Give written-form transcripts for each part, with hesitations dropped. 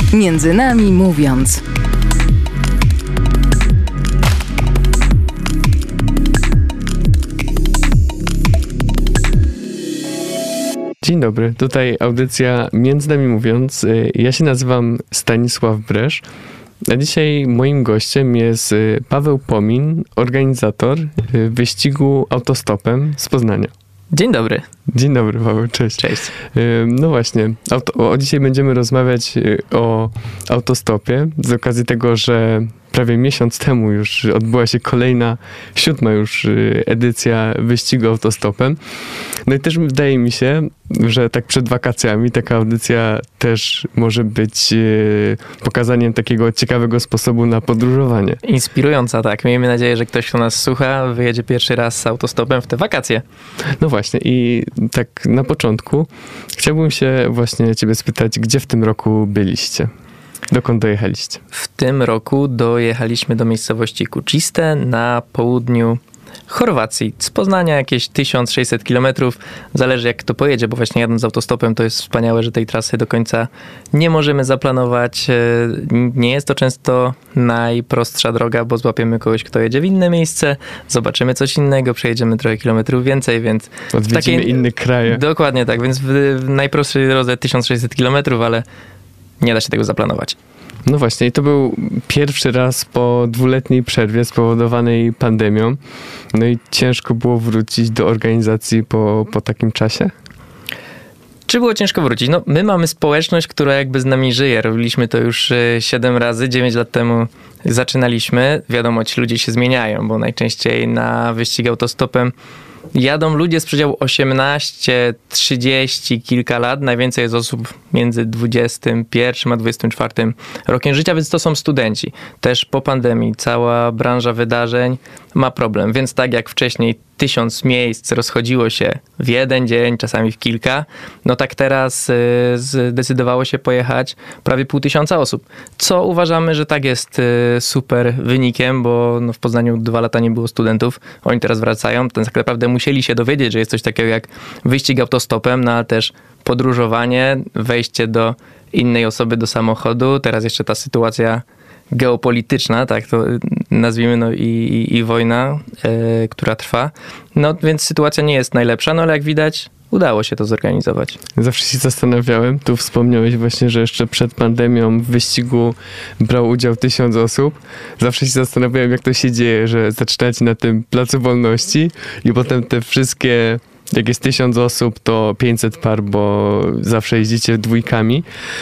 Między nami mówiąc. Dzień dobry, tutaj audycja Między nami mówiąc. Ja się nazywam Stanisław Bresz, a dzisiaj moim gościem jest Paweł Pomin, organizator wyścigu autostopem z Poznania. Dzień dobry. Dzień dobry, Paweł, cześć. Cześć. No właśnie, dzisiaj będziemy rozmawiać o autostopie z okazji tego, że prawie miesiąc temu już odbyła się kolejna, 7. już edycja wyścigu autostopem. No i też wydaje mi się, że tak przed wakacjami taka audycja też może być pokazaniem takiego ciekawego sposobu na podróżowanie. Inspirująca, tak. Miejmy nadzieję, że ktoś, kto nas słucha, wyjedzie pierwszy raz z autostopem w te wakacje. No właśnie i tak na początku chciałbym się właśnie ciebie spytać, gdzie w tym roku byliście? Dokąd dojechaliście? W tym roku dojechaliśmy do miejscowości Kučiste na południu Chorwacji. Z Poznania jakieś 1600 km. Zależy jak kto pojedzie, bo właśnie jadąc autostopem to jest wspaniałe, że tej trasy do końca nie możemy zaplanować. Nie jest to często najprostsza droga, bo złapiemy kogoś, kto jedzie w inne miejsce, zobaczymy coś innego, przejedziemy trochę kilometrów więcej, więc... Odwiedzimy inne kraje. Dokładnie tak, więc w najprostszej drodze 1600 km, ale nie da się tego zaplanować. No właśnie, i to był pierwszy raz po 2-letniej przerwie spowodowanej pandemią. No i ciężko było wrócić do organizacji po takim czasie? Czy było ciężko wrócić? No, my mamy społeczność, która jakby z nami żyje. Robiliśmy to już 7 razy, 9 lat temu zaczynaliśmy. Wiadomo, ci ludzie się zmieniają, bo najczęściej na wyścig autostopem jadą ludzie z przedziału 18-30 kilka lat. Najwięcej jest osób między 21 a 24 rokiem życia, więc to są studenci. Też po pandemii cała branża wydarzeń ma problem, więc tak jak wcześniej 1000 miejsc rozchodziło się w jeden dzień, czasami w kilka, no tak teraz zdecydowało się pojechać prawie 500 osób, co uważamy, że tak jest super wynikiem, bo no w Poznaniu 2 lata nie było studentów, oni teraz wracają, tak naprawdę musieli się dowiedzieć, że jest coś takiego jak wyścig autostopem, no ale też podróżowanie, wejście do innej osoby do samochodu, teraz jeszcze ta sytuacja geopolityczna, tak to nazwijmy, no i wojna, która trwa. No więc sytuacja nie jest najlepsza, no ale jak widać udało się to zorganizować. Zawsze się zastanawiałem, tu wspomniałeś właśnie, że jeszcze przed pandemią w wyścigu brał udział 1000 osób. Zawsze się zastanawiałem, jak to się dzieje, że zaczynacie na tym Placu Wolności i potem te wszystkie, jak jest 1000 osób, to 500 par, bo zawsze jeździcie dwójkami,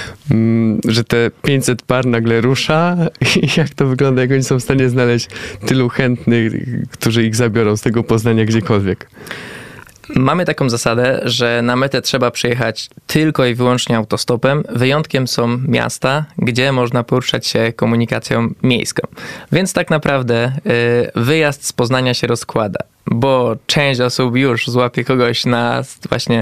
że te 500 par nagle rusza i jak to wygląda, jak oni są w stanie znaleźć tylu chętnych, którzy ich zabiorą z tego Poznania gdziekolwiek. Mamy taką zasadę, że na metę trzeba przyjechać tylko i wyłącznie autostopem. Wyjątkiem są miasta, gdzie można poruszać się komunikacją miejską. Więc tak naprawdę wyjazd z Poznania się rozkłada, bo część osób już złapie kogoś właśnie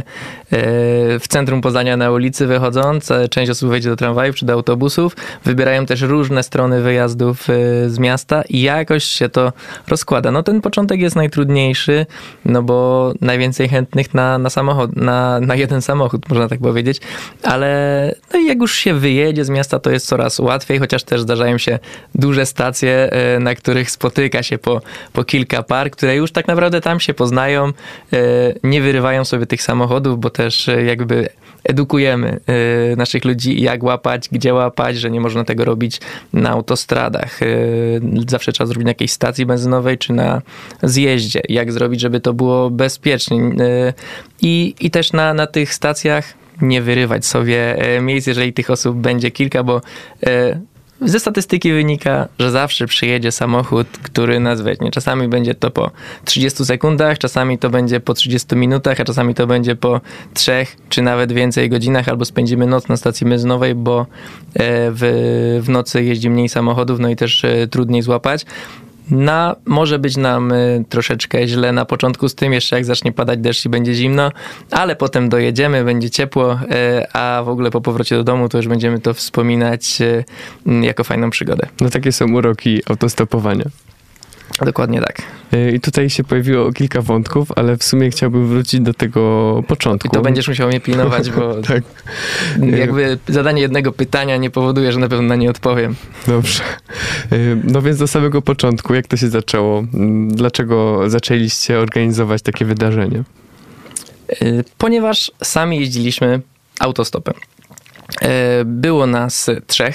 w centrum Poznania na ulicy wychodząc, część osób wejdzie do tramwajów czy do autobusów, wybierają też różne strony wyjazdów z miasta i jakoś się to rozkłada. No ten początek jest najtrudniejszy, no bo najwięcej chętnych na samochód, na jeden samochód, można tak powiedzieć, ale no jak już się wyjedzie z miasta, to jest coraz łatwiej, chociaż też zdarzają się duże stacje, na których spotyka się po kilka par, które już tak naprawdę tam się poznają, nie wyrywają sobie tych samochodów, bo też jakby edukujemy naszych ludzi, jak łapać, gdzie łapać, że nie można tego robić na autostradach. Zawsze trzeba zrobić na jakiejś stacji benzynowej czy na zjeździe. Jak zrobić, żeby to było bezpiecznie. I też na tych stacjach nie wyrywać sobie miejsc, jeżeli tych osób będzie kilka, bo ze statystyki wynika, że zawsze przyjedzie samochód, który nas weźmie. Czasami będzie to po 30 sekundach, czasami to będzie po 30 minutach, a czasami to będzie po 3 czy nawet więcej godzinach, albo spędzimy noc na stacji benzynowej, bo w nocy jeździ mniej samochodów, no i też trudniej złapać. Może być nam troszeczkę źle na początku z tym, jeszcze jak zacznie padać deszcz i będzie zimno, ale potem dojedziemy, będzie ciepło, a w ogóle po powrocie do domu to już będziemy to wspominać jako fajną przygodę. No takie są uroki autostopowania. Dokładnie tak. I tutaj się pojawiło kilka wątków, ale w sumie chciałbym wrócić do tego początku. I to będziesz musiał mnie pilnować, bo tak. jakby zadanie jednego pytania nie powoduje, że na pewno na nie odpowiem. Dobrze. No więc do samego początku, jak to się zaczęło? Dlaczego zaczęliście organizować takie wydarzenie? Ponieważ sami jeździliśmy autostopem. Było nas 3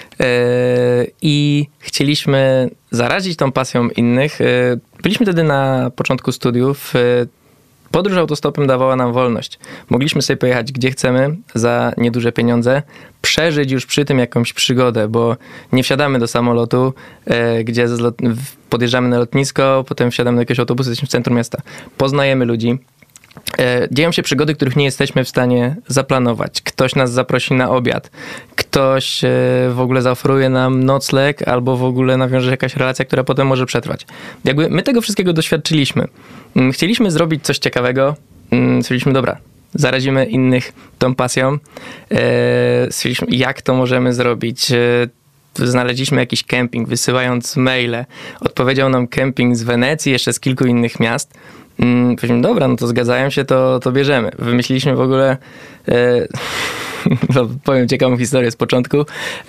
i chcieliśmy zarazić tą pasją innych. Byliśmy wtedy na początku studiów. Podróż autostopem dawała nam wolność. Mogliśmy sobie pojechać gdzie chcemy za nieduże pieniądze, przeżyć już przy tym jakąś przygodę, bo nie wsiadamy do samolotu, gdzie podjeżdżamy na lotnisko, potem wsiadamy do jakiegoś autobusu, jesteśmy w centrum miasta. Poznajemy ludzi. Dzieją się przygody, których nie jesteśmy w stanie zaplanować. Ktoś nas zaprosi na obiad, ktoś w ogóle zaoferuje nam nocleg, albo w ogóle nawiąże jakaś relacja, która potem może przetrwać. Jakby my tego wszystkiego doświadczyliśmy. Chcieliśmy zrobić coś ciekawego. Stwierdziliśmy, dobra, zarazimy innych tą pasją. Stwierdziliśmy, jak to możemy zrobić. Znaleźliśmy jakiś kemping, wysyłając maile. Odpowiedział nam kemping z Wenecji, jeszcze z kilku innych miast. Powiedzieliśmy, dobra, no to zgadzają się, to bierzemy. Wymyśliliśmy w ogóle, powiem ciekawą historię z początku,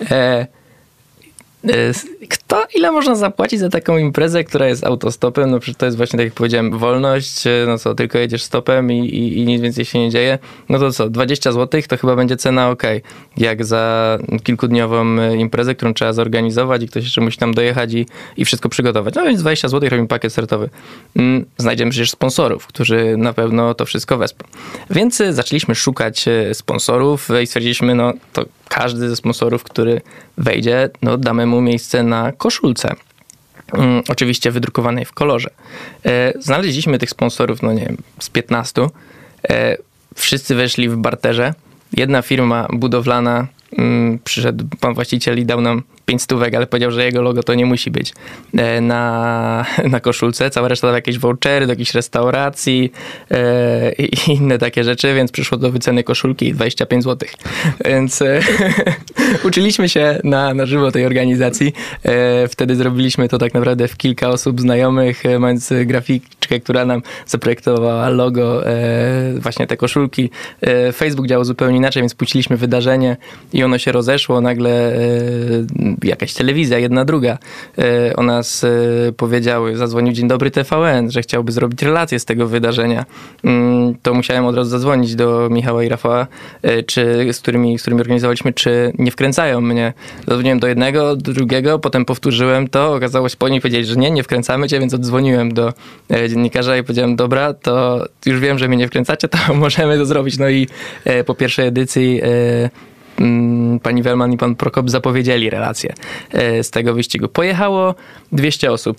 ile można zapłacić za taką imprezę, która jest autostopem? No przecież to jest właśnie, tak jak powiedziałem, wolność, no co, tylko jedziesz stopem i nic więcej się nie dzieje. No to co, 20 zł to chyba będzie cena okej. Jak za kilkudniową imprezę, którą trzeba zorganizować i ktoś jeszcze musi tam dojechać i wszystko przygotować. No więc 20 zł robimy pakiet startowy. Znajdziemy przecież sponsorów, którzy na pewno to wszystko wesprą. Więc zaczęliśmy szukać sponsorów i stwierdziliśmy, no to każdy ze sponsorów, który wejdzie, no damy mu miejsce na koszulce. Oczywiście wydrukowanej w kolorze. Znaleźliśmy tych sponsorów, no nie wiem, z 15. Wszyscy weszli w barterze. Jedna firma budowlana, przyszedł pan właściciel i dał nam 5 stówek, ale powiedział, że jego logo to nie musi być na koszulce. Cała reszta dała jakieś vouchery do jakichś restauracji i inne takie rzeczy, więc przyszło do wyceny koszulki 25 zł. Więc uczyliśmy się na żywo tej organizacji. Wtedy zrobiliśmy to tak naprawdę w kilka osób znajomych, mając graficzkę, która nam zaprojektowała logo, właśnie te koszulki. Facebook działał zupełnie inaczej, więc puściliśmy wydarzenie i ono się rozeszło. Nagle jakaś telewizja, jedna, druga o nas powiedziały, zadzwonił Dzień Dobry TVN, że chciałby zrobić relację z tego wydarzenia. To musiałem od razu zadzwonić do Michała i Rafała, z którymi organizowaliśmy, czy nie wkręcają mnie. Zadzwoniłem do jednego, do drugiego, potem powtórzyłem to, okazało się po niej powiedzieli, że nie wkręcamy cię, więc odzwoniłem do dziennikarza i powiedziałem, dobra, to już wiem, że mnie nie wkręcacie, to możemy to zrobić. No i po pierwszej edycji pani Wellman i pan Prokop zapowiedzieli relację z tego wyścigu. Pojechało 200 osób.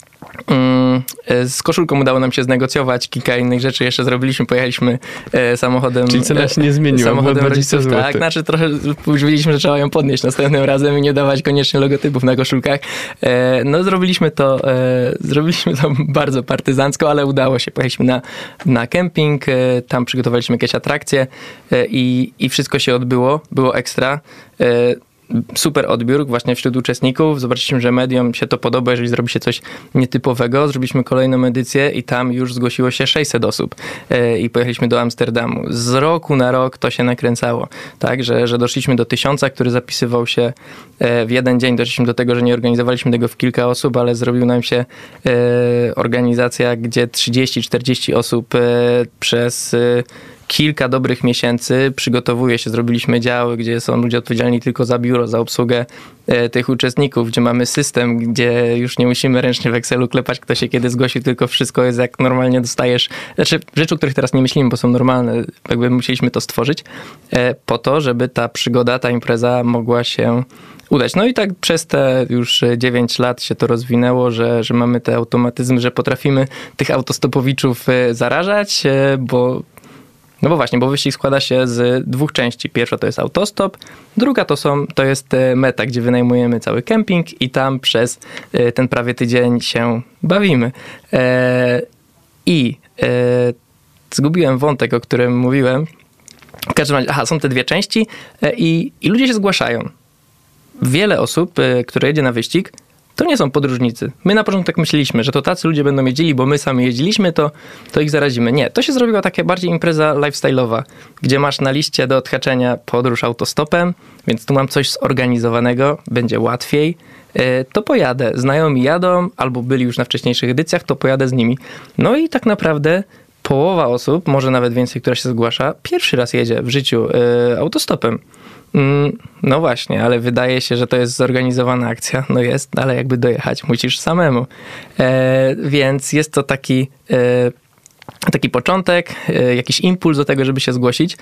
Z koszulką udało nam się znegocjować, kilka innych rzeczy jeszcze zrobiliśmy, pojechaliśmy samochodem. Czyli cena się nie zmieniła, samochodem rodziców, tak, znaczy trochę już wiedzieliśmy, że trzeba ją podnieść następnym razem i nie dawać koniecznie logotypów na koszulkach. No zrobiliśmy to bardzo partyzancko, ale udało się. Pojechaliśmy na kemping, tam przygotowaliśmy jakieś atrakcje i wszystko się odbyło, było ekstra. Super odbiór właśnie wśród uczestników. Zobaczyliśmy, że mediom się to podoba, jeżeli zrobi się coś nietypowego. Zrobiliśmy kolejną edycję i tam już zgłosiło się 600 osób i pojechaliśmy do Amsterdamu. Z roku na rok to się nakręcało, tak, że doszliśmy do 1000, który zapisywał się w jeden dzień. Doszliśmy do tego, że nie organizowaliśmy tego w kilka osób, ale zrobił nam się organizacja, gdzie 30-40 osób przez kilka dobrych miesięcy przygotowuje się, zrobiliśmy działy, gdzie są ludzie odpowiedzialni tylko za biuro, za obsługę tych uczestników, gdzie mamy system, gdzie już nie musimy ręcznie w Excelu klepać, kto się kiedy zgłosił, tylko wszystko jest jak normalnie dostajesz. Znaczy rzeczy, o których teraz nie myślimy, bo są normalne, jakby musieliśmy to stworzyć po to, żeby ta przygoda, ta impreza mogła się udać. No i tak przez te już 9 lat się to rozwinęło, że mamy te automatyzmy, że potrafimy tych autostopowiczów zarażać, bo wyścig składa się z 2 części. Pierwsza to jest autostop, druga to jest meta, gdzie wynajmujemy cały kemping i tam przez ten prawie tydzień się bawimy. Zgubiłem wątek, o którym mówiłem. W każdym razie, są te 2 części i ludzie się zgłaszają. Wiele osób, które jedzie na wyścig, to nie są podróżnicy. My na początku tak myśleliśmy, że to tacy ludzie będą jeździli, bo my sami jeździliśmy, to ich zarazimy. Nie, to się zrobiła taka bardziej impreza lifestyle'owa, gdzie masz na liście do odhaczenia podróż autostopem, więc tu mam coś zorganizowanego, będzie łatwiej. To pojadę. Znajomi jadą, albo byli już na wcześniejszych edycjach, to pojadę z nimi. No i tak naprawdę połowa osób, może nawet więcej, która się zgłasza, pierwszy raz jedzie w życiu autostopem. No właśnie, ale wydaje się, że to jest zorganizowana akcja. No jest, ale jakby dojechać musisz samemu. Więc jest to taki początek, jakiś impuls do tego, żeby się zgłosić.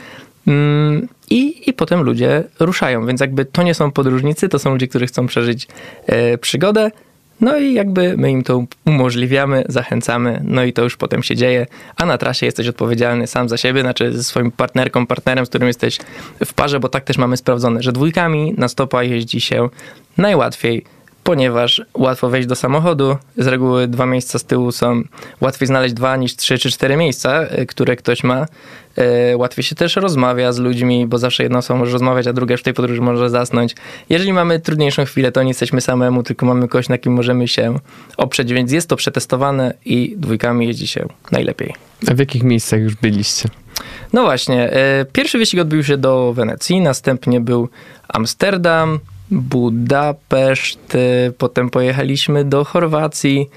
I potem ludzie ruszają, więc jakby to nie są podróżnicy, to są ludzie, którzy chcą przeżyć przygodę. No i jakby my im to umożliwiamy, zachęcamy, no i to już potem się dzieje, a na trasie jesteś odpowiedzialny sam za siebie, znaczy ze swoim partnerem, z którym jesteś w parze, bo tak też mamy sprawdzone, że dwójkami na stopa jeździ się najłatwiej, ponieważ łatwo wejść do samochodu, z reguły 2 miejsca z tyłu są, łatwiej znaleźć 2 niż 3 czy 4 miejsca, które ktoś ma. Łatwiej się też rozmawia z ludźmi, bo zawsze jedna osoba może rozmawiać, a druga w tej podróży może zasnąć. Jeżeli mamy trudniejszą chwilę, to nie jesteśmy samemu, tylko mamy kogoś, na kim możemy się oprzeć, więc jest to przetestowane i dwójkami jeździ się najlepiej. A w jakich miejscach już byliście? No właśnie, pierwszy wyścig odbył się do Wenecji, następnie był Amsterdam, Budapeszt, potem pojechaliśmy do Chorwacji,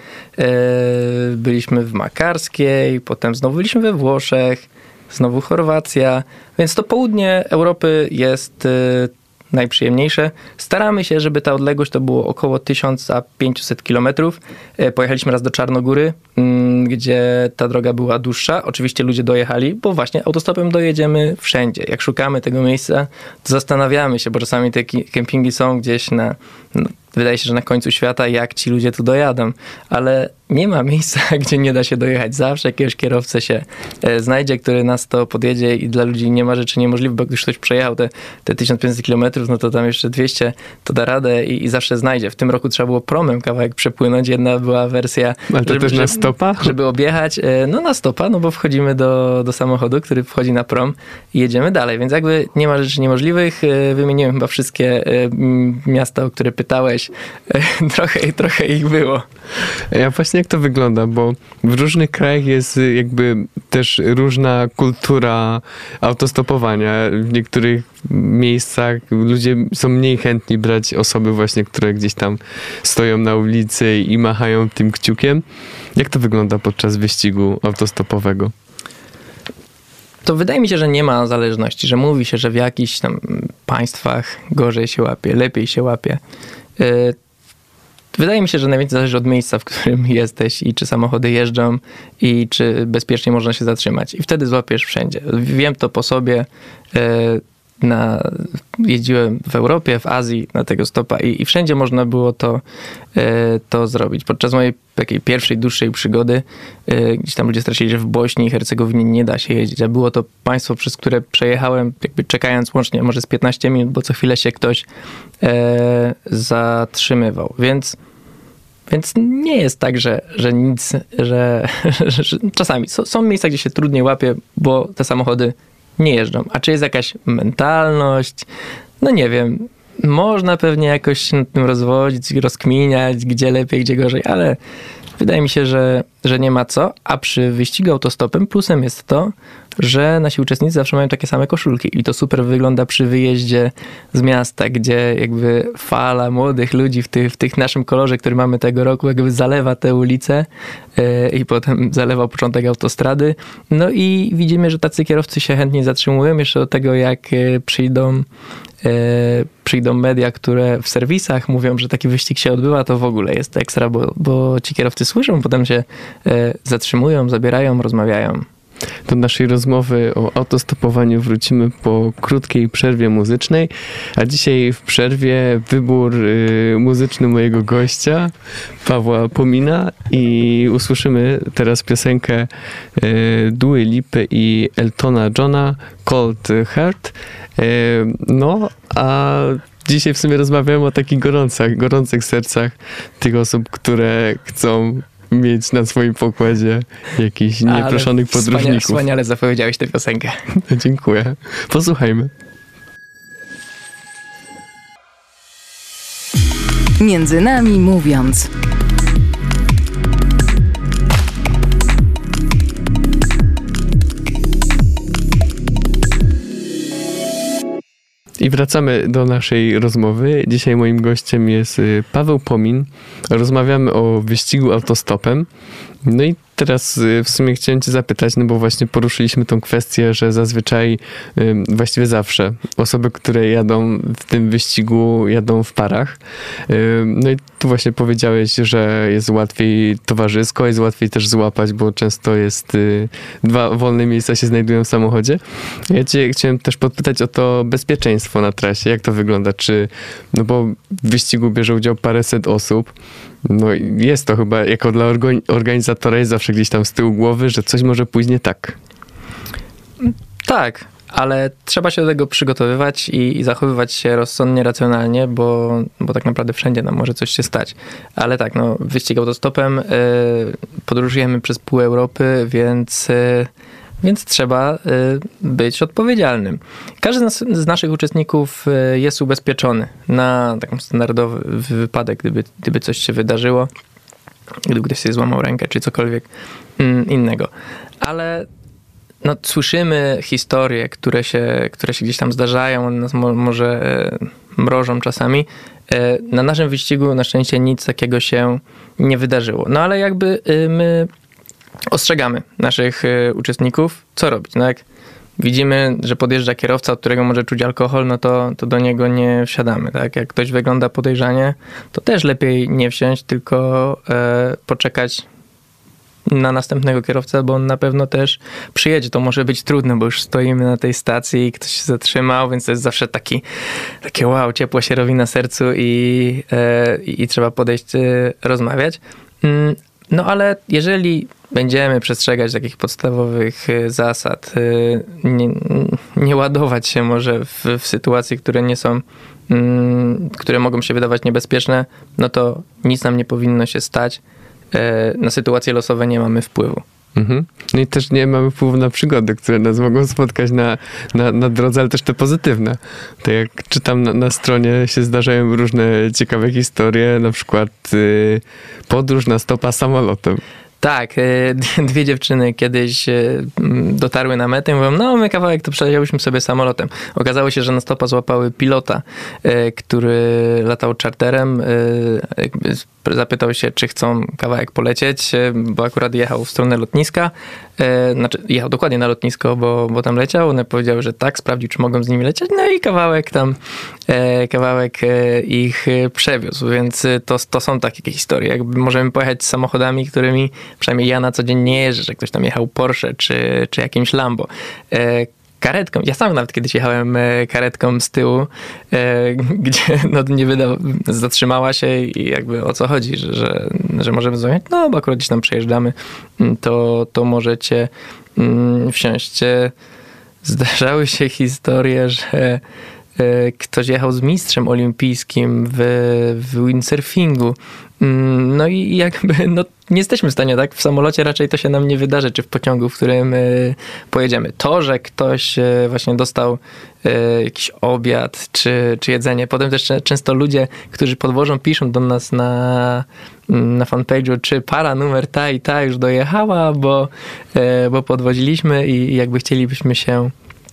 byliśmy w Makarskiej, potem znowu byliśmy we Włoszech, znowu Chorwacja, więc to południe Europy jest najprzyjemniejsze. Staramy się, żeby ta odległość to było około 1500 km. Pojechaliśmy raz do Czarnogóry, gdzie ta droga była dłuższa. Oczywiście ludzie dojechali, bo właśnie autostopem dojedziemy wszędzie. Jak szukamy tego miejsca, to zastanawiamy się, bo czasami te kempingi są gdzieś wydaje się, że na końcu świata, jak ci ludzie tu dojadą, ale nie ma miejsca, gdzie nie da się dojechać. Zawsze jakiegoś kierowcę się znajdzie, który nas to podjedzie i dla ludzi nie ma rzeczy niemożliwych, bo gdyż ktoś przejechał te 1500 km, no to tam jeszcze 200 to da radę i zawsze znajdzie. W tym roku trzeba było promem kawałek przepłynąć. Jedna była wersja, ale to też na stopa? Żeby objechać, no na stopa, no bo wchodzimy do samochodu, który wchodzi na prom i jedziemy dalej, więc jakby nie ma rzeczy niemożliwych. Wymieniłem chyba wszystkie miasta, o które pytałeś. Trochę ich było. Ja właśnie jak to wygląda, bo w różnych krajach jest jakby też różna kultura autostopowania. W niektórych miejscach ludzie są mniej chętni brać osoby właśnie, które gdzieś tam stoją na ulicy i machają tym kciukiem. Jak to wygląda podczas wyścigu autostopowego? To wydaje mi się, że nie ma zależności, że mówi się, że w jakichś tam państwach gorzej się łapie, lepiej się łapie. Wydaje mi się, że najwięcej zależy od miejsca, w którym jesteś i czy samochody jeżdżą i czy bezpiecznie można się zatrzymać. I wtedy złapiesz wszędzie. Wiem to po sobie. Jeździłem w Europie, w Azji na tego stopa i wszędzie można było to zrobić. Podczas mojej takiej pierwszej, dłuższej przygody, gdzieś tam ludzie stracili, że w Bośni i Hercegowinie nie da się jeździć, a było to państwo, przez które przejechałem, jakby czekając łącznie może z 15 minut, bo co chwilę się ktoś zatrzymywał. Więc nie jest tak, że nic, że czasami są miejsca, gdzie się trudniej łapie, bo te samochody nie jeżdżą. A czy jest jakaś mentalność? No nie wiem. Można pewnie jakoś się nad tym rozwodzić, rozkminiać, gdzie lepiej, gdzie gorzej, ale wydaje mi się, że nie ma co. A przy wyścigu autostopem plusem jest to, że nasi uczestnicy zawsze mają takie same koszulki i to super wygląda przy wyjeździe z miasta, gdzie jakby fala młodych ludzi w tych naszym kolorze, który mamy tego roku, jakby zalewa te ulice i potem zalewa początek autostrady. No i widzimy, że tacy kierowcy się chętnie zatrzymują jeszcze do tego, jak przyjdą media, które w serwisach mówią, że taki wyścig się odbywa, to w ogóle jest ekstra, bo ci kierowcy słyszą, potem się zatrzymują, zabierają, rozmawiają. Do naszej rozmowy o autostopowaniu wrócimy po krótkiej przerwie muzycznej, a dzisiaj w przerwie wybór muzyczny mojego gościa, Pawła Pomina, i usłyszymy teraz piosenkę Dua Lipy i Eltona Johna, Cold Heart. No, a dzisiaj w sumie rozmawiamy o takich gorących sercach tych osób, które chcą mieć na swoim pokładzie jakichś nieproszonych podróżników. Wspaniale zapowiedziałeś tę piosenkę. Dziękuję. Posłuchajmy. Między nami mówiąc. I wracamy do naszej rozmowy. Dzisiaj moim gościem jest Paweł Pomin. Rozmawiamy o wyścigu autostopem. No i teraz w sumie chciałem cię zapytać, no bo właśnie poruszyliśmy tą kwestię, że zazwyczaj, właściwie zawsze, osoby, które jadą w tym wyścigu, jadą w parach. No i tu właśnie powiedziałeś, że jest łatwiej towarzysko, jest łatwiej też złapać, bo często jest dwa wolne miejsca się znajdują w samochodzie. Ja cię chciałem też podpytać o to bezpieczeństwo na trasie. Jak to wygląda? No bo w wyścigu bierze udział paręset osób. No jest to chyba, jako dla organizatora jest zawsze gdzieś tam z tyłu głowy, że coś może pójść nie tak. Tak, ale trzeba się do tego przygotowywać i zachowywać się rozsądnie, racjonalnie, bo tak naprawdę wszędzie nam może coś się stać. Ale tak, no wyścig autostopem, podróżujemy przez pół Europy, więc trzeba być odpowiedzialnym. Każdy z naszych uczestników jest ubezpieczony na taką standardowy wypadek, gdyby coś się wydarzyło, gdyby ktoś sobie złamał rękę, czy cokolwiek innego. Ale no, słyszymy historie, które się gdzieś tam zdarzają, one nas może mrożą czasami. Na naszym wyścigu na szczęście nic takiego się nie wydarzyło. No ale jakby my ostrzegamy naszych uczestników, co robić. No jak widzimy, że podjeżdża kierowca, od którego może czuć alkohol, no to do niego nie wsiadamy. Tak? Jak ktoś wygląda podejrzanie, to też lepiej nie wsiąść, tylko poczekać na następnego kierowcę, bo on na pewno też przyjedzie. To może być trudne, bo już stoimy na tej stacji i ktoś się zatrzymał, więc to jest zawsze takie wow, ciepło się robi na sercu i trzeba podejść, rozmawiać. No ale jeżeli będziemy przestrzegać takich podstawowych zasad, nie ładować się może w sytuacje, które nie są, które mogą się wydawać niebezpieczne, no to nic nam nie powinno się stać. Na sytuacje losowe nie mamy wpływu. Mhm. No i też nie mamy wpływu na przygody, które nas mogą spotkać na drodze, ale też te pozytywne. Tak jak czytam na stronie, się zdarzają różne ciekawe historie, na przykład podróż na stopa samolotem. Tak, dwie dziewczyny kiedyś dotarły na metę i mówią, no my kawałek to przeleciałyśmy sobie samolotem. Okazało się, że na stopa złapały pilota, który latał czarterem. Zapytał się, czy chcą kawałek polecieć, bo akurat jechał w stronę lotniska. Znaczy jechał dokładnie na lotnisko, bo tam leciał. One powiedziały, że tak, sprawdził, czy mogą z nimi lecieć. No i kawałek ich przewiózł, więc to są takie historie. Jakby możemy pojechać z samochodami, którymi przynajmniej ja na co dzień nie jeżdżę, że ktoś tam jechał Porsche czy jakimś Lambo. Karetką. Ja sam nawet kiedyś jechałem karetką z tyłu, gdzie no nie zatrzymała się i jakby o co chodzi, że możemy dzwonić, no bo akurat gdzieś tam przejeżdżamy, to możecie wsiąść. Zdarzały się historie, że ktoś jechał z mistrzem olimpijskim w windsurfingu. No i jakby no, nie jesteśmy w stanie, tak? W samolocie raczej to się nam nie wydarzy, czy w pociągu, w którym pojedziemy. To, że ktoś właśnie dostał jakiś obiad, czy jedzenie. Potem też często ludzie, którzy podwożą, piszą do nas na fanpage'u, czy para numer ta i ta już dojechała, bo podwoziliśmy i jakby chcielibyśmy się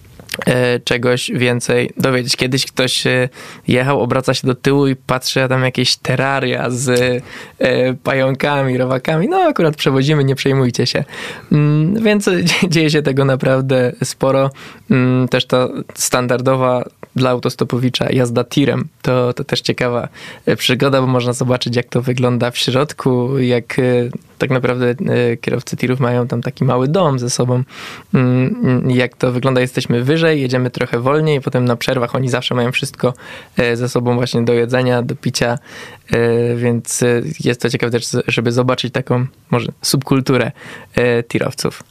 czegoś więcej dowiedzieć. Kiedyś ktoś jechał, obraca się do tyłu i patrzy, a tam jakieś terraria z pająkami, robakami. No akurat przewozimy, nie przejmujcie się. Więc dzieje się tego naprawdę sporo. Też ta standardowa dla autostopowicza jazda tirem. To też ciekawa przygoda, bo można zobaczyć, jak to wygląda w środku, jak tak naprawdę kierowcy tirów mają tam taki mały dom ze sobą. Jak to wygląda, jesteśmy wyżej, jedziemy trochę wolniej, potem na przerwach oni zawsze mają wszystko ze sobą właśnie do jedzenia, do picia, więc jest to ciekawe też, żeby zobaczyć taką może subkulturę tirowców.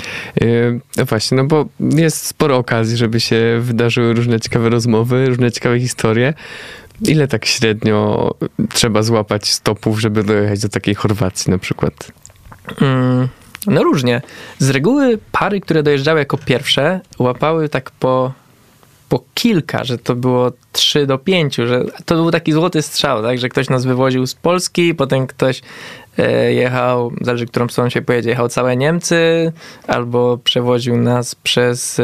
No właśnie, no bo jest sporo okazji, żeby się wydarzyły różne ciekawe rozmowy, różne ciekawe historie. Ile tak średnio trzeba złapać stopów, żeby dojechać do takiej Chorwacji na przykład? No różnie. Z reguły pary, które dojeżdżały jako pierwsze, łapały tak po po kilka, że to było 3-5, że to był taki złoty strzał, tak, że ktoś nas wywoził z Polski, potem ktoś jechał, zależy którą stroną się pojedzie, jechał całe Niemcy, albo przewoził nas przez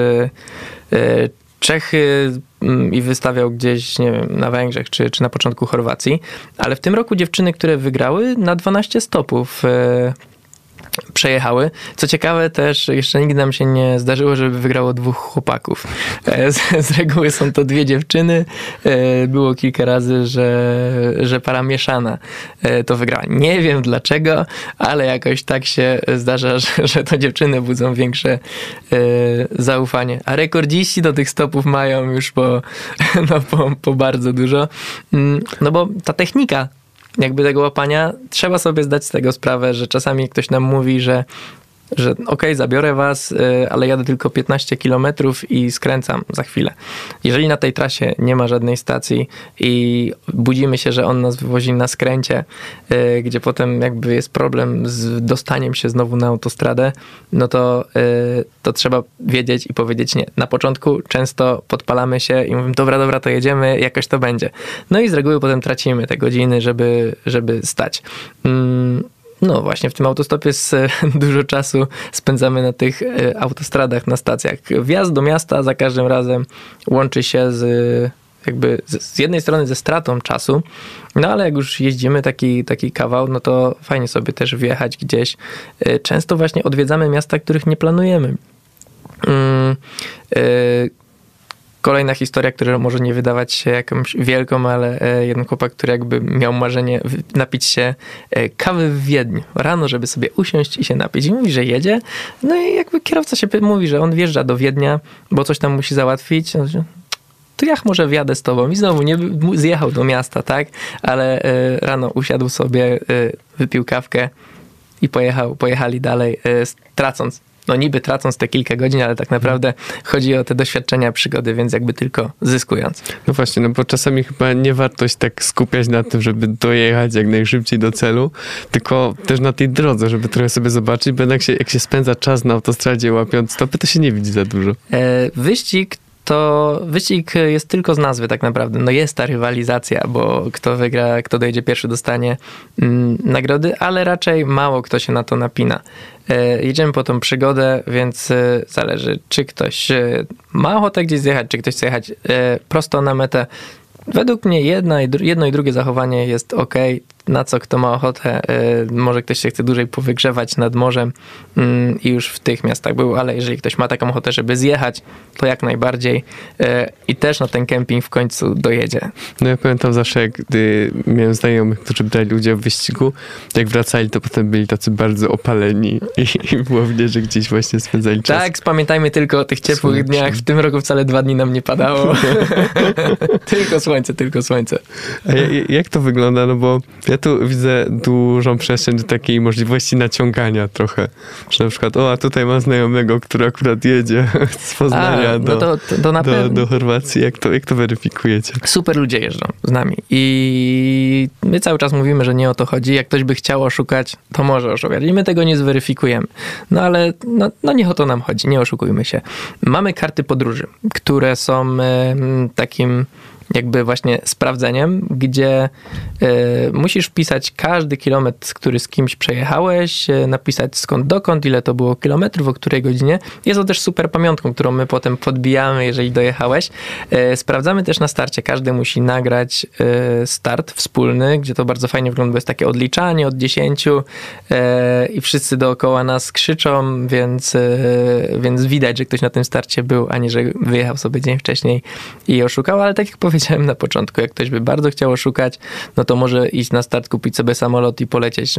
Czechy i wystawiał gdzieś, nie wiem, na Węgrzech, czy na początku Chorwacji. Ale w tym roku dziewczyny, które wygrały, na 12 stopów przejechały. Co ciekawe też, jeszcze nigdy nam się nie zdarzyło, żeby wygrało 2 chłopaków. Z reguły są to 2 dziewczyny. Było kilka razy, że para mieszana to wygrała. Nie wiem dlaczego, ale jakoś tak się zdarza, że to dziewczyny budzą większe zaufanie. A rekordziści do tych stopów mają już po bardzo dużo. No bo ta technika jakby tego łapania, trzeba sobie zdać z tego sprawę, że czasami ktoś nam mówi, że okej, zabiorę was, ale jadę tylko 15 kilometrów i skręcam za chwilę. Jeżeli na tej trasie nie ma żadnej stacji i budzimy się, że on nas wywozi na skręcie, gdzie potem jakby jest problem z dostaniem się znowu na autostradę, no to trzeba wiedzieć i powiedzieć nie. Na początku często podpalamy się i mówimy, dobra, to jedziemy, jakoś to będzie. No i z reguły potem tracimy te godziny, żeby stać. No właśnie, w tym autostopie dużo czasu spędzamy na tych autostradach, na stacjach. Wjazd do miasta za każdym razem łączy się z jednej strony ze stratą czasu, no ale jak już jeździmy taki kawał, no to fajnie sobie też wjechać gdzieś. Często właśnie odwiedzamy miasta, których nie planujemy. Kolejna historia, która może nie wydawać się jakąś wielką, ale jeden chłopak, który jakby miał marzenie napić się kawy w Wiedniu rano, żeby sobie usiąść i się napić. I mówi, że jedzie. No i jakby kierowca się mówi, że on wjeżdża do Wiednia, bo coś tam musi załatwić. To ja może wjadę z tobą. I znowu nie zjechał do miasta, tak? Ale rano usiadł sobie, wypił kawkę i pojechali dalej, tracąc te kilka godzin, ale tak naprawdę chodzi o te doświadczenia, przygody, więc jakby tylko zyskując. No właśnie, no bo czasami chyba nie warto się tak skupiać na tym, żeby dojechać jak najszybciej do celu, tylko też na tej drodze, żeby trochę sobie zobaczyć, bo jednak jak się spędza czas na autostradzie łapiąc stopy, to się nie widzi za dużo. Wyścig jest tylko z nazwy tak naprawdę. No jest ta rywalizacja, bo kto wygra, kto dojedzie pierwszy, dostanie nagrody, ale raczej mało kto się na to napina. Jedziemy po tą przygodę, więc zależy, czy ktoś ma ochotę gdzieś zjechać, czy ktoś chce jechać prosto na metę. Według mnie jedno i drugie zachowanie jest okej. Na co kto ma ochotę, może ktoś się chce dłużej powygrzewać nad morzem i już w tych miastach był, ale jeżeli ktoś ma taką ochotę, żeby zjechać, to jak najbardziej i też na ten kemping w końcu dojedzie. No ja pamiętam zawsze, gdy miałem znajomych, którzy brali udział w wyścigu, jak wracali, to potem byli tacy bardzo opaleni i było widać, że gdzieś właśnie spędzali czas. Tak, pamiętajmy tylko o tych ciepłych dniach. W tym roku wcale 2 dni nam nie padało. Tylko słońce. A jak to wygląda? No bo ja tu widzę dużą przestrzeń do takiej możliwości naciągania trochę. Że na przykład, a tutaj mam znajomego, który akurat jedzie z Poznania do Chorwacji. Jak to weryfikujecie? Super ludzie jeżdżą z nami. I my cały czas mówimy, że nie o to chodzi. Jak ktoś by chciał oszukać, to może oszukać. I my tego nie zweryfikujemy. No ale nie o to nam chodzi. Nie oszukujmy się. Mamy karty podróży, które są takim jakby właśnie sprawdzeniem, gdzie musisz wpisać każdy kilometr, który z kimś przejechałeś, napisać skąd dokąd, ile to było kilometrów, o której godzinie. Jest to też super pamiątką, którą my potem podbijamy, jeżeli dojechałeś. Sprawdzamy też na starcie. Każdy musi nagrać start wspólny, gdzie to bardzo fajnie wygląda, bo jest takie odliczanie od 10 i wszyscy dookoła nas krzyczą, więc widać, że ktoś na tym starcie był, a nie, że wyjechał sobie dzień wcześniej i oszukał, ale tak jak powiedziałem na początku, jak ktoś by bardzo chciał oszukać, no to może iść na start, kupić sobie samolot i polecieć.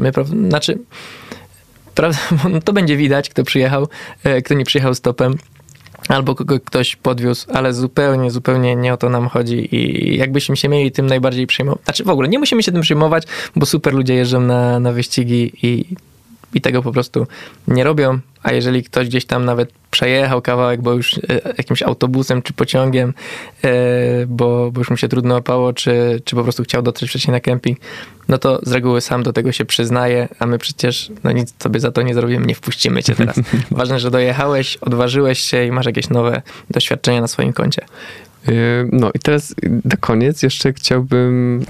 To będzie widać, kto przyjechał, kto nie przyjechał stopem, albo kogo ktoś podwiózł, ale zupełnie nie o to nam chodzi i jakbyśmy się mieli tym najbardziej przejmować. Znaczy w ogóle nie musimy się tym przejmować, bo super ludzie jeżdżą na wyścigi i tego po prostu nie robią, a jeżeli ktoś gdzieś tam nawet przejechał kawałek, bo już jakimś autobusem czy pociągiem, bo już mu się trudno łapało, czy po prostu chciał dotrzeć wcześniej na kemping, no to z reguły sam do tego się przyznaje, a my przecież nic sobie za to nie zrobimy, nie wpuścimy cię teraz. Ważne, że dojechałeś, odważyłeś się i masz jakieś nowe doświadczenia na swoim koncie. No i teraz na koniec jeszcze chciałbym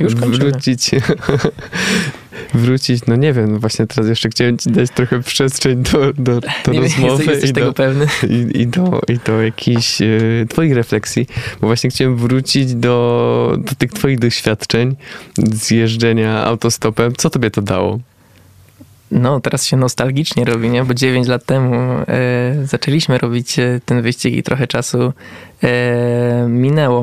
wrócić, no nie wiem, właśnie teraz jeszcze chciałem ci dać trochę przestrzeń do rozmowy jesteś tego pewny. I do jakichś twoich refleksji, bo właśnie chciałem wrócić do tych twoich doświadczeń z jeżdżenia autostopem. Co tobie to dało? No, teraz się nostalgicznie robi, nie? Bo 9 lat temu zaczęliśmy robić ten wyścig i trochę czasu minęło.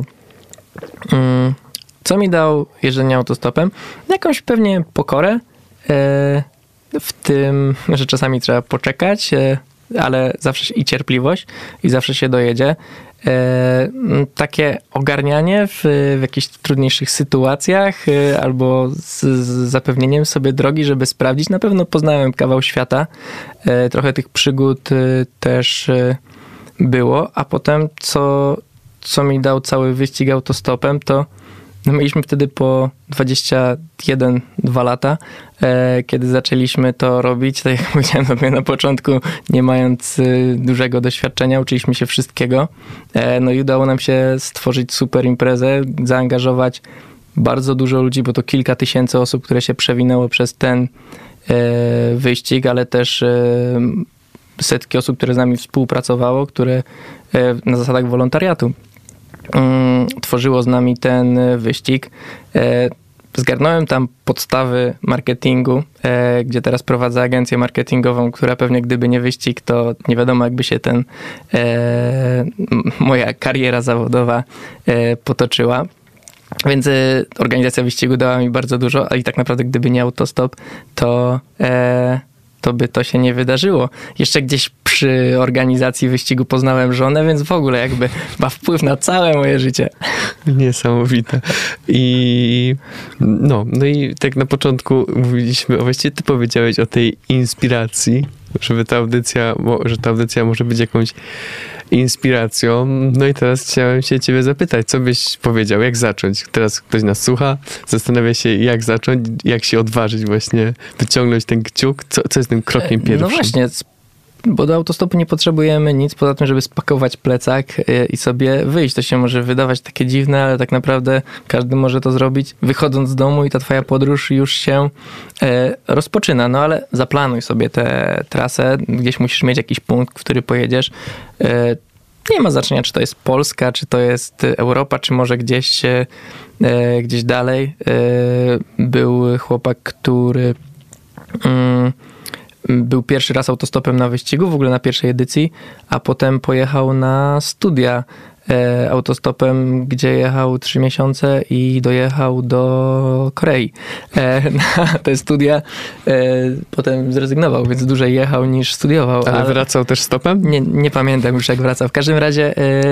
Co mi dał jeżdżenie autostopem? Jakąś pewnie pokorę w tym, że czasami trzeba poczekać, ale zawsze i cierpliwość i zawsze się dojedzie. Takie ogarnianie w jakichś trudniejszych sytuacjach albo z zapewnieniem sobie drogi, żeby sprawdzić. Na pewno poznałem kawał świata. Trochę tych przygód też było, a potem co mi dał cały wyścig autostopem, to mieliśmy wtedy po 21-2 lata, kiedy zaczęliśmy to robić. Tak jak powiedziałem sobie na początku, nie mając dużego doświadczenia, uczyliśmy się wszystkiego. No i udało nam się stworzyć super imprezę, zaangażować bardzo dużo ludzi, bo to kilka tysięcy osób, które się przewinęło przez ten wyścig, ale też setki osób, które z nami współpracowało, które na zasadach wolontariatu tworzyło z nami ten wyścig. Zgarnąłem tam podstawy marketingu, gdzie teraz prowadzę agencję marketingową, która pewnie gdyby nie wyścig, to nie wiadomo jakby się moja kariera zawodowa potoczyła. Więc organizacja wyścigu dała mi bardzo dużo, a i tak naprawdę gdyby nie autostop, to by to się nie wydarzyło. Jeszcze gdzieś przy organizacji wyścigu poznałem żonę, więc w ogóle jakby ma wpływ na całe moje życie. Niesamowite. No i tak na początku mówiliśmy, właściwie ty powiedziałeś o tej inspiracji, że ta audycja może być jakąś inspiracją. No i teraz chciałem się ciebie zapytać, co byś powiedział, jak zacząć? Teraz ktoś nas słucha, zastanawia się, jak zacząć, jak się odważyć właśnie, wyciągnąć ten kciuk. Co jest tym krokiem pierwszym? No właśnie, bo do autostopu nie potrzebujemy nic poza tym, żeby spakować plecak i sobie wyjść. To się może wydawać takie dziwne, ale tak naprawdę każdy może to zrobić wychodząc z domu i ta twoja podróż już się rozpoczyna. No ale zaplanuj sobie tę trasę. Gdzieś musisz mieć jakiś punkt, w który pojedziesz. Nie ma znaczenia, czy to jest Polska, czy to jest Europa, czy może gdzieś dalej. Był chłopak, który był pierwszy raz autostopem na wyścigu, w ogóle na pierwszej edycji, a potem pojechał na studia autostopem, gdzie jechał 3 miesiące i dojechał do Korei. Na te studia potem zrezygnował, więc dłużej jechał niż studiował. Ale wracał też stopem? Nie pamiętam już jak wracał. W każdym razie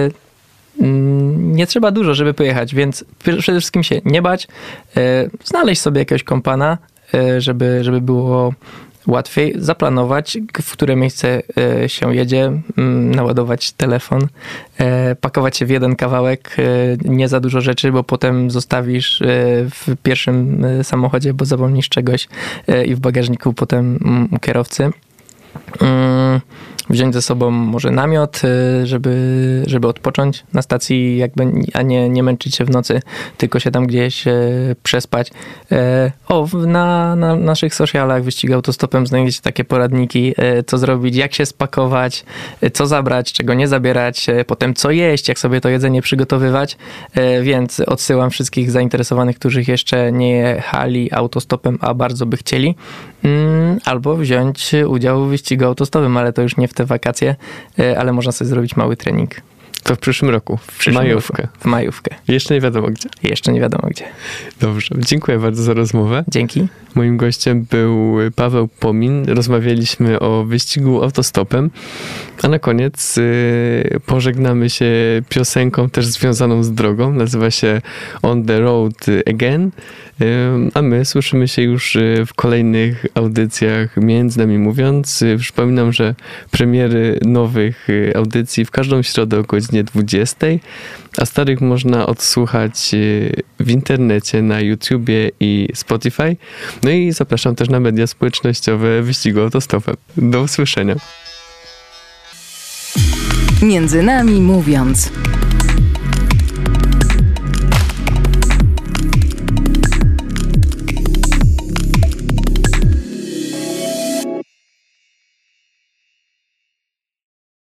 nie trzeba dużo, żeby pojechać, więc przede wszystkim się nie bać, znaleźć sobie jakiegoś kompana, żeby było łatwiej zaplanować, w które miejsce się jedzie, naładować telefon, pakować się w jeden kawałek, nie za dużo rzeczy, bo potem zostawisz w pierwszym samochodzie, bo zapomnisz czegoś i w bagażniku potem u kierowcy. Wziąć ze sobą może namiot, żeby odpocząć na stacji, a nie męczyć się w nocy, tylko się tam gdzieś przespać. Na naszych socialach wyścigu autostopem znajdziecie takie poradniki, co zrobić, jak się spakować, co zabrać, czego nie zabierać, potem co jeść, jak sobie to jedzenie przygotowywać, więc odsyłam wszystkich zainteresowanych, którzy jeszcze nie jechali autostopem, a bardzo by chcieli, albo wziąć udział w wyścigu autostopowym, ale to już nie w te wakacje, ale można sobie zrobić mały trening. To w przyszłym roku, w majówkę. W majówkę. Jeszcze nie wiadomo gdzie. Jeszcze nie wiadomo gdzie. Dobrze, dziękuję bardzo za rozmowę. Dzięki. Moim gościem był Paweł Pomin. Rozmawialiśmy o wyścigu autostopem, a na koniec pożegnamy się piosenką też związaną z drogą. Nazywa się On the Road Again, a my słyszymy się już w kolejnych audycjach Między Nami Mówiąc. Przypominam, że premiery nowych audycji w każdą środę o godzinie 20, a starych można odsłuchać w internecie, na YouTubie i Spotify. No i zapraszam też na media społecznościowe wyścigu autostopem. Do usłyszenia. Między Nami Mówiąc.